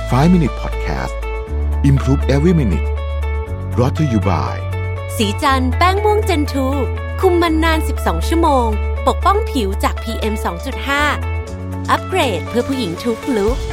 5 Minute Podcast Improve Every Minute brought to you by สีจันแป้งม่วงเจนทูคุมมันนาน12ชั่วโมงปกป้องผิวจาก PM 2.5 อัปเกรดเพื่อผู้หญิงทุกลุค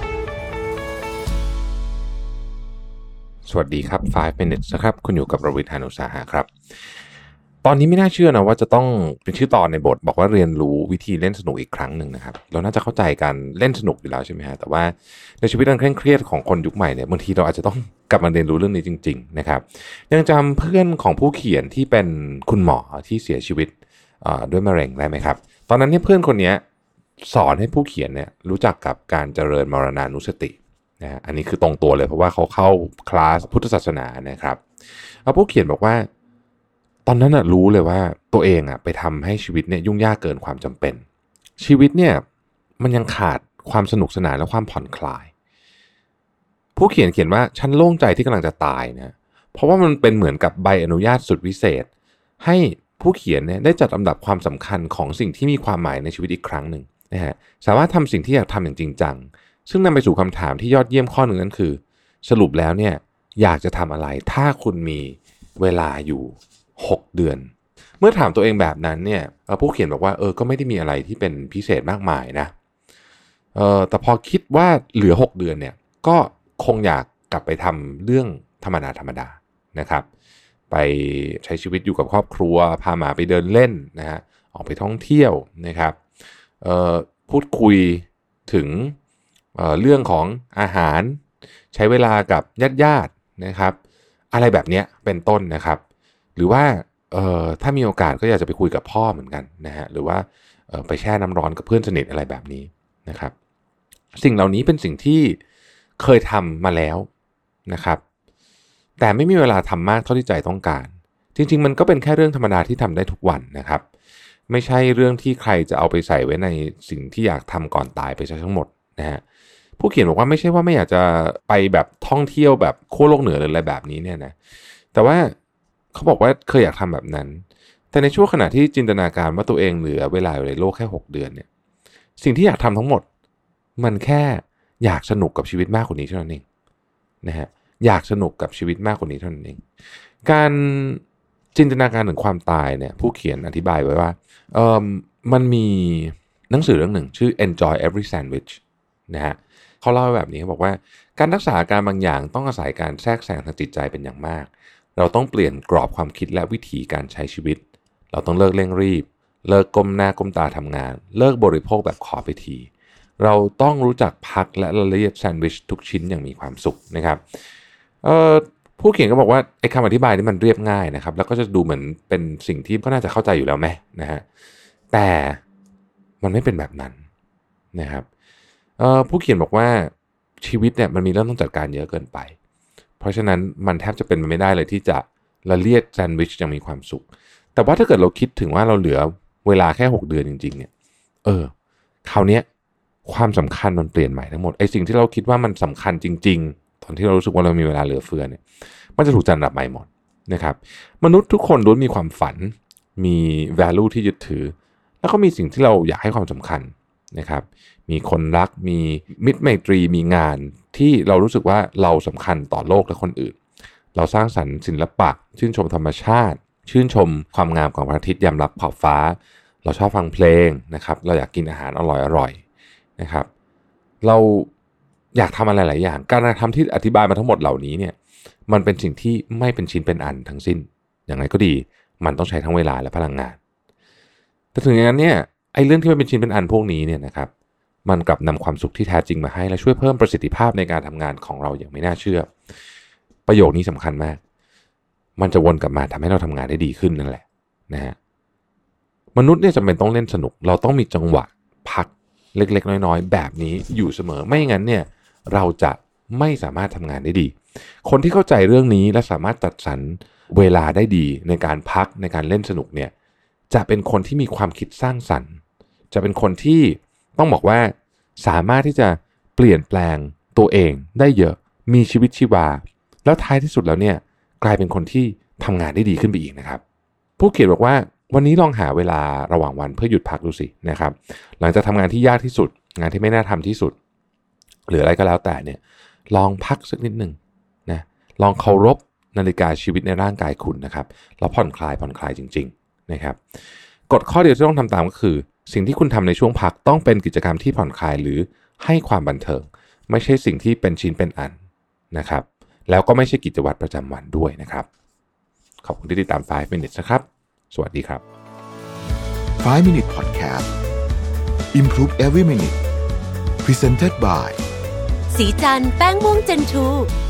สวัสดีครับ 5 minutes นะครับคุณอยู่กับรวิทย์ หาญอุตสาหะครับตอนนี้ไม่น่าเชื่อนะว่าจะต้องเป็นชื่อตอนในบทบอกว่าเรียนรู้วิธีเล่นสนุกอีกครั้งหนึ่งนะครับเราน่าจะเข้าใจการเล่นสนุกอยู่แล้วใช่ไหมฮะแต่ว่าในชีวิตอันเคร่งเครียดของคนยุคใหม่เนี่ยบางทีเราอาจจะต้องกลับมาเรียนรู้เรื่องนี้จริงๆนะครับยังจำเพื่อนของผู้เขียนที่เป็นคุณหมอที่เสียชีวิตด้วยมะเร็งได้ไหมครับตอนนั้นเนี่ยเพื่อนคนนี้สอนให้ผู้เขียนเนี่ยรู้จักกับการเจริญมรณานุสตินะอันนี้คือตรงตัวเลยเพราะว่าเขาเข้าคลาสพุทธศาสนานะครับแล้วผู้เขียนบอกว่าตอนนั้นน่ะรู้เลยว่าตัวเองอ่ะไปทำให้ชีวิตเนี่ยยุ่งยากเกินความจำเป็นชีวิตเนี่ยมันยังขาดความสนุกสนานและความผ่อนคลายผู้เขียนว่าฉันโล่งใจที่กำลังจะตายนะเพราะว่ามันเป็นเหมือนกับใบอนุญาตสุดวิเศษให้ผู้เขียนเนี่ยได้จัดลำดับความสำคัญของสิ่งที่มีความหมายในชีวิตอีกครั้งหนึ่งนะฮะสามารถทำสิ่งที่อยากทำอย่างจริงจังซึ่งนำไปสู่คำถามที่ยอดเยี่ยมข้อหนึ่งนั่นคือสรุปแล้วเนี่ยอยากจะทำอะไรถ้าคุณมีเวลาอยู่6 เดือนเมื่อถามตัวเองแบบนั้นเนี่ยผู้เขียนบอกว่าก็ไม่ได้มีอะไรที่เป็นพิเศษมากมายนะแต่พอคิดว่าเหลือ6 เดือนเนี่ยก็คงอยากกลับไปทำเรื่องธรรมดานะครับไปใช้ชีวิตอยู่กับครอบครัวพาหมาไปเดินเล่นนะฮะออกไปท่องเที่ยวนะครับพูดคุยถึงเรื่องของอาหารใช้เวลากับญาตินะครับอะไรแบบนี้เป็นต้นนะครับหรือว่าถ้ามีโอกาสก็อยากจะไปคุยกับพ่อเหมือนกันนะฮะหรือว่าไปแช่น้ำร้อนกับเพื่อนสนิทอะไรแบบนี้นะครับสิ่งเหล่านี้เป็นสิ่งที่เคยทำมาแล้วนะครับแต่ไม่มีเวลาทำมากเท่าที่ใจต้องการจริงๆมันก็เป็นแค่เรื่องธรรมดาที่ทำได้ทุกวันนะครับไม่ใช่เรื่องที่ใครจะเอาไปใส่ไว้ในสิ่งที่อยากทำก่อนตายไปซะทั้งหมดนะฮะผู้เขียนบอกว่าไม่ใช่ว่าไม่อยากจะไปแบบท่องเที่ยวแบบขั้วโลกเหนือหรืออะไรแบบนี้เนี่ยนะแต่ว่าเขาบอกว่าเคยอยากทำแบบนั้นแต่ในช่วงขณะที่จินตนาการว่าตัวเองเหลือเวลาอยู่ในโลกแค่6 เดือนเนี่ยสิ่งที่อยากทำทั้งหมดมันแค่อยากสนุกกับชีวิตมากกว่านี้เท่านั้นเองนะฮะอยากสนุกกับชีวิตมากกว่านี้เท่านั้นเองการจินตนาการถึงความตายเนี่ยผู้เขียนอธิบายไว้ว่ามันมีหนังสือเรื่องหนึ่งชื่อ Enjoy Every Sandwich นะฮะเขาเล่าแบบนี้เขาบอกว่าการรักษาอาการบางอย่างต้องอาศัยการแทรกแซงทางจิตใจเป็นอย่างมากเราต้องเปลี่ยนกรอบความคิดและวิธีการใช้ชีวิตเราต้องเลิกเร่งรีบเลิกก้มหน้าก้มตาทำงานเลิกบริโภคแบบขอไปทีเราต้องรู้จักพักและละเลียดแซนด์วิชทุกชิ้นอย่างมีความสุขนะครับผู้เขียนก็บอกว่าไอ้คำอธิบายนี่มันเรียบง่ายนะครับแล้วก็จะดูเหมือนเป็นสิ่งที่ก็น่าจะเข้าใจอยู่แล้วไหมนะฮะแต่มันไม่เป็นแบบนั้นนะครับผู้เขียนบอกว่าชีวิตเนี่ยมันมีเรื่องต้องจัดการเยอะเกินไปเพราะฉะนั้นมันแทบจะเป็นไปไม่ได้เลยที่จะละเลียดแซนด์วิชอย่างมีความสุขแต่ว่าถ้าเกิดเราคิดถึงว่าเราเหลือเวลาแค่6 เดือนจริงๆเนี่ยคราวนี้ความสำคัญมันเปลี่ยนใหม่ทั้งหมดไอ้สิ่งที่เราคิดว่ามันสำคัญจริงๆตอนที่เรารู้สึกว่าเรามีเวลาเหลือเฟือเนี่ยมันจะถูกจัดอันดับใหม่หมดนะครับมนุษย์ทุกคนล้วนมีความฝันมี value ที่ยึดถือแล้วก็มีสิ่งที่เราอยากให้ความสำคัญนะครับมีคนรักมีมิตรไมตรีมีงานที่เรารู้สึกว่าเราสำคัญต่อโลกและคนอื่นเราสร้างสรรค์ศิลปะชื่นชมธรรมชาติชื่นชมความงามของพระอาทิตย์ยามรับขอบฟ้าเราชอบฟังเพลงนะครับเราอยากกินอาหารอร่อยๆนะครับเราอยากทำอะไรหลายอย่างการกระทำที่อธิบายมาทั้งหมดเหล่านี้เนี่ยมันเป็นสิ่งที่ไม่เป็นชิ้นเป็นอันทั้งสิ้นอย่างไรก็ดีมันต้องใช้ทั้งเวลาและพลังงานแต่ถึงอย่างนั้นเนี่ยไอ้เรื่องที่มันเป็นชิ้นเป็นอันพวกนี้เนี่ยนะครับมันกลับนำความสุขที่แท้จริงมาให้และช่วยเพิ่มประสิทธิภาพในการทำงานของเราอย่างไม่น่าเชื่อประโยคนี้สำคัญมากมันจะวนกลับมาทำให้เราทำงานได้ดีขึ้นนั่นแหละนะฮะมนุษย์เนี่ยจำเป็นต้องเล่นสนุกเราต้องมีจังหวะพักเล็กๆน้อยๆแบบนี้อยู่เสมอไม่งั้นเนี่ยเราจะไม่สามารถทำงานได้ดีคนที่เข้าใจเรื่องนี้และสามารถจัดสรรเวลาได้ดีในการพักในการเล่นสนุกเนี่ยจะเป็นคนที่มีความคิดสร้างสรรค์จะเป็นคนที่ต้องบอกว่าสามารถที่จะเปลี่ยนแปลงตัวเองได้เยอะมีชีวิตชีวาแล้วท้ายที่สุดแล้วเนี่ยกลายเป็นคนที่ทำงานได้ดีขึ้นไปอีกนะครับผู้เขียนบอกว่าวันนี้ลองหาเวลาระหว่างวันเพื่อหยุดพักดูสินะครับหลังจากทำงานที่ยากที่สุดงานที่ไม่น่าทำที่สุดหรืออะไรก็แล้วแต่เนี่ยลองพักสักนิดหนึ่งนะลองเคารพนาฬิกาชีวิตในร่างกายคุณนะครับแล้วผ่อนคลายจริงๆนะครับกฎข้อเดียวที่ต้องทำตามก็คือสิ่งที่คุณทำในช่วงพักต้องเป็นกิจกรรมที่ผ่อนคลายหรือให้ความบันเทิงไม่ใช่สิ่งที่เป็นชิ้นเป็นอันนะครับแล้วก็ไม่ใช่กิจวัตรประจำวันด้วยนะครับขอบคุณที่ติดตาม 5 minutes นะครับสวัสดีครับ 5 Minute Podcast Improve Every Minute Presented by สีจันทร์แป้งม่วงเจนทู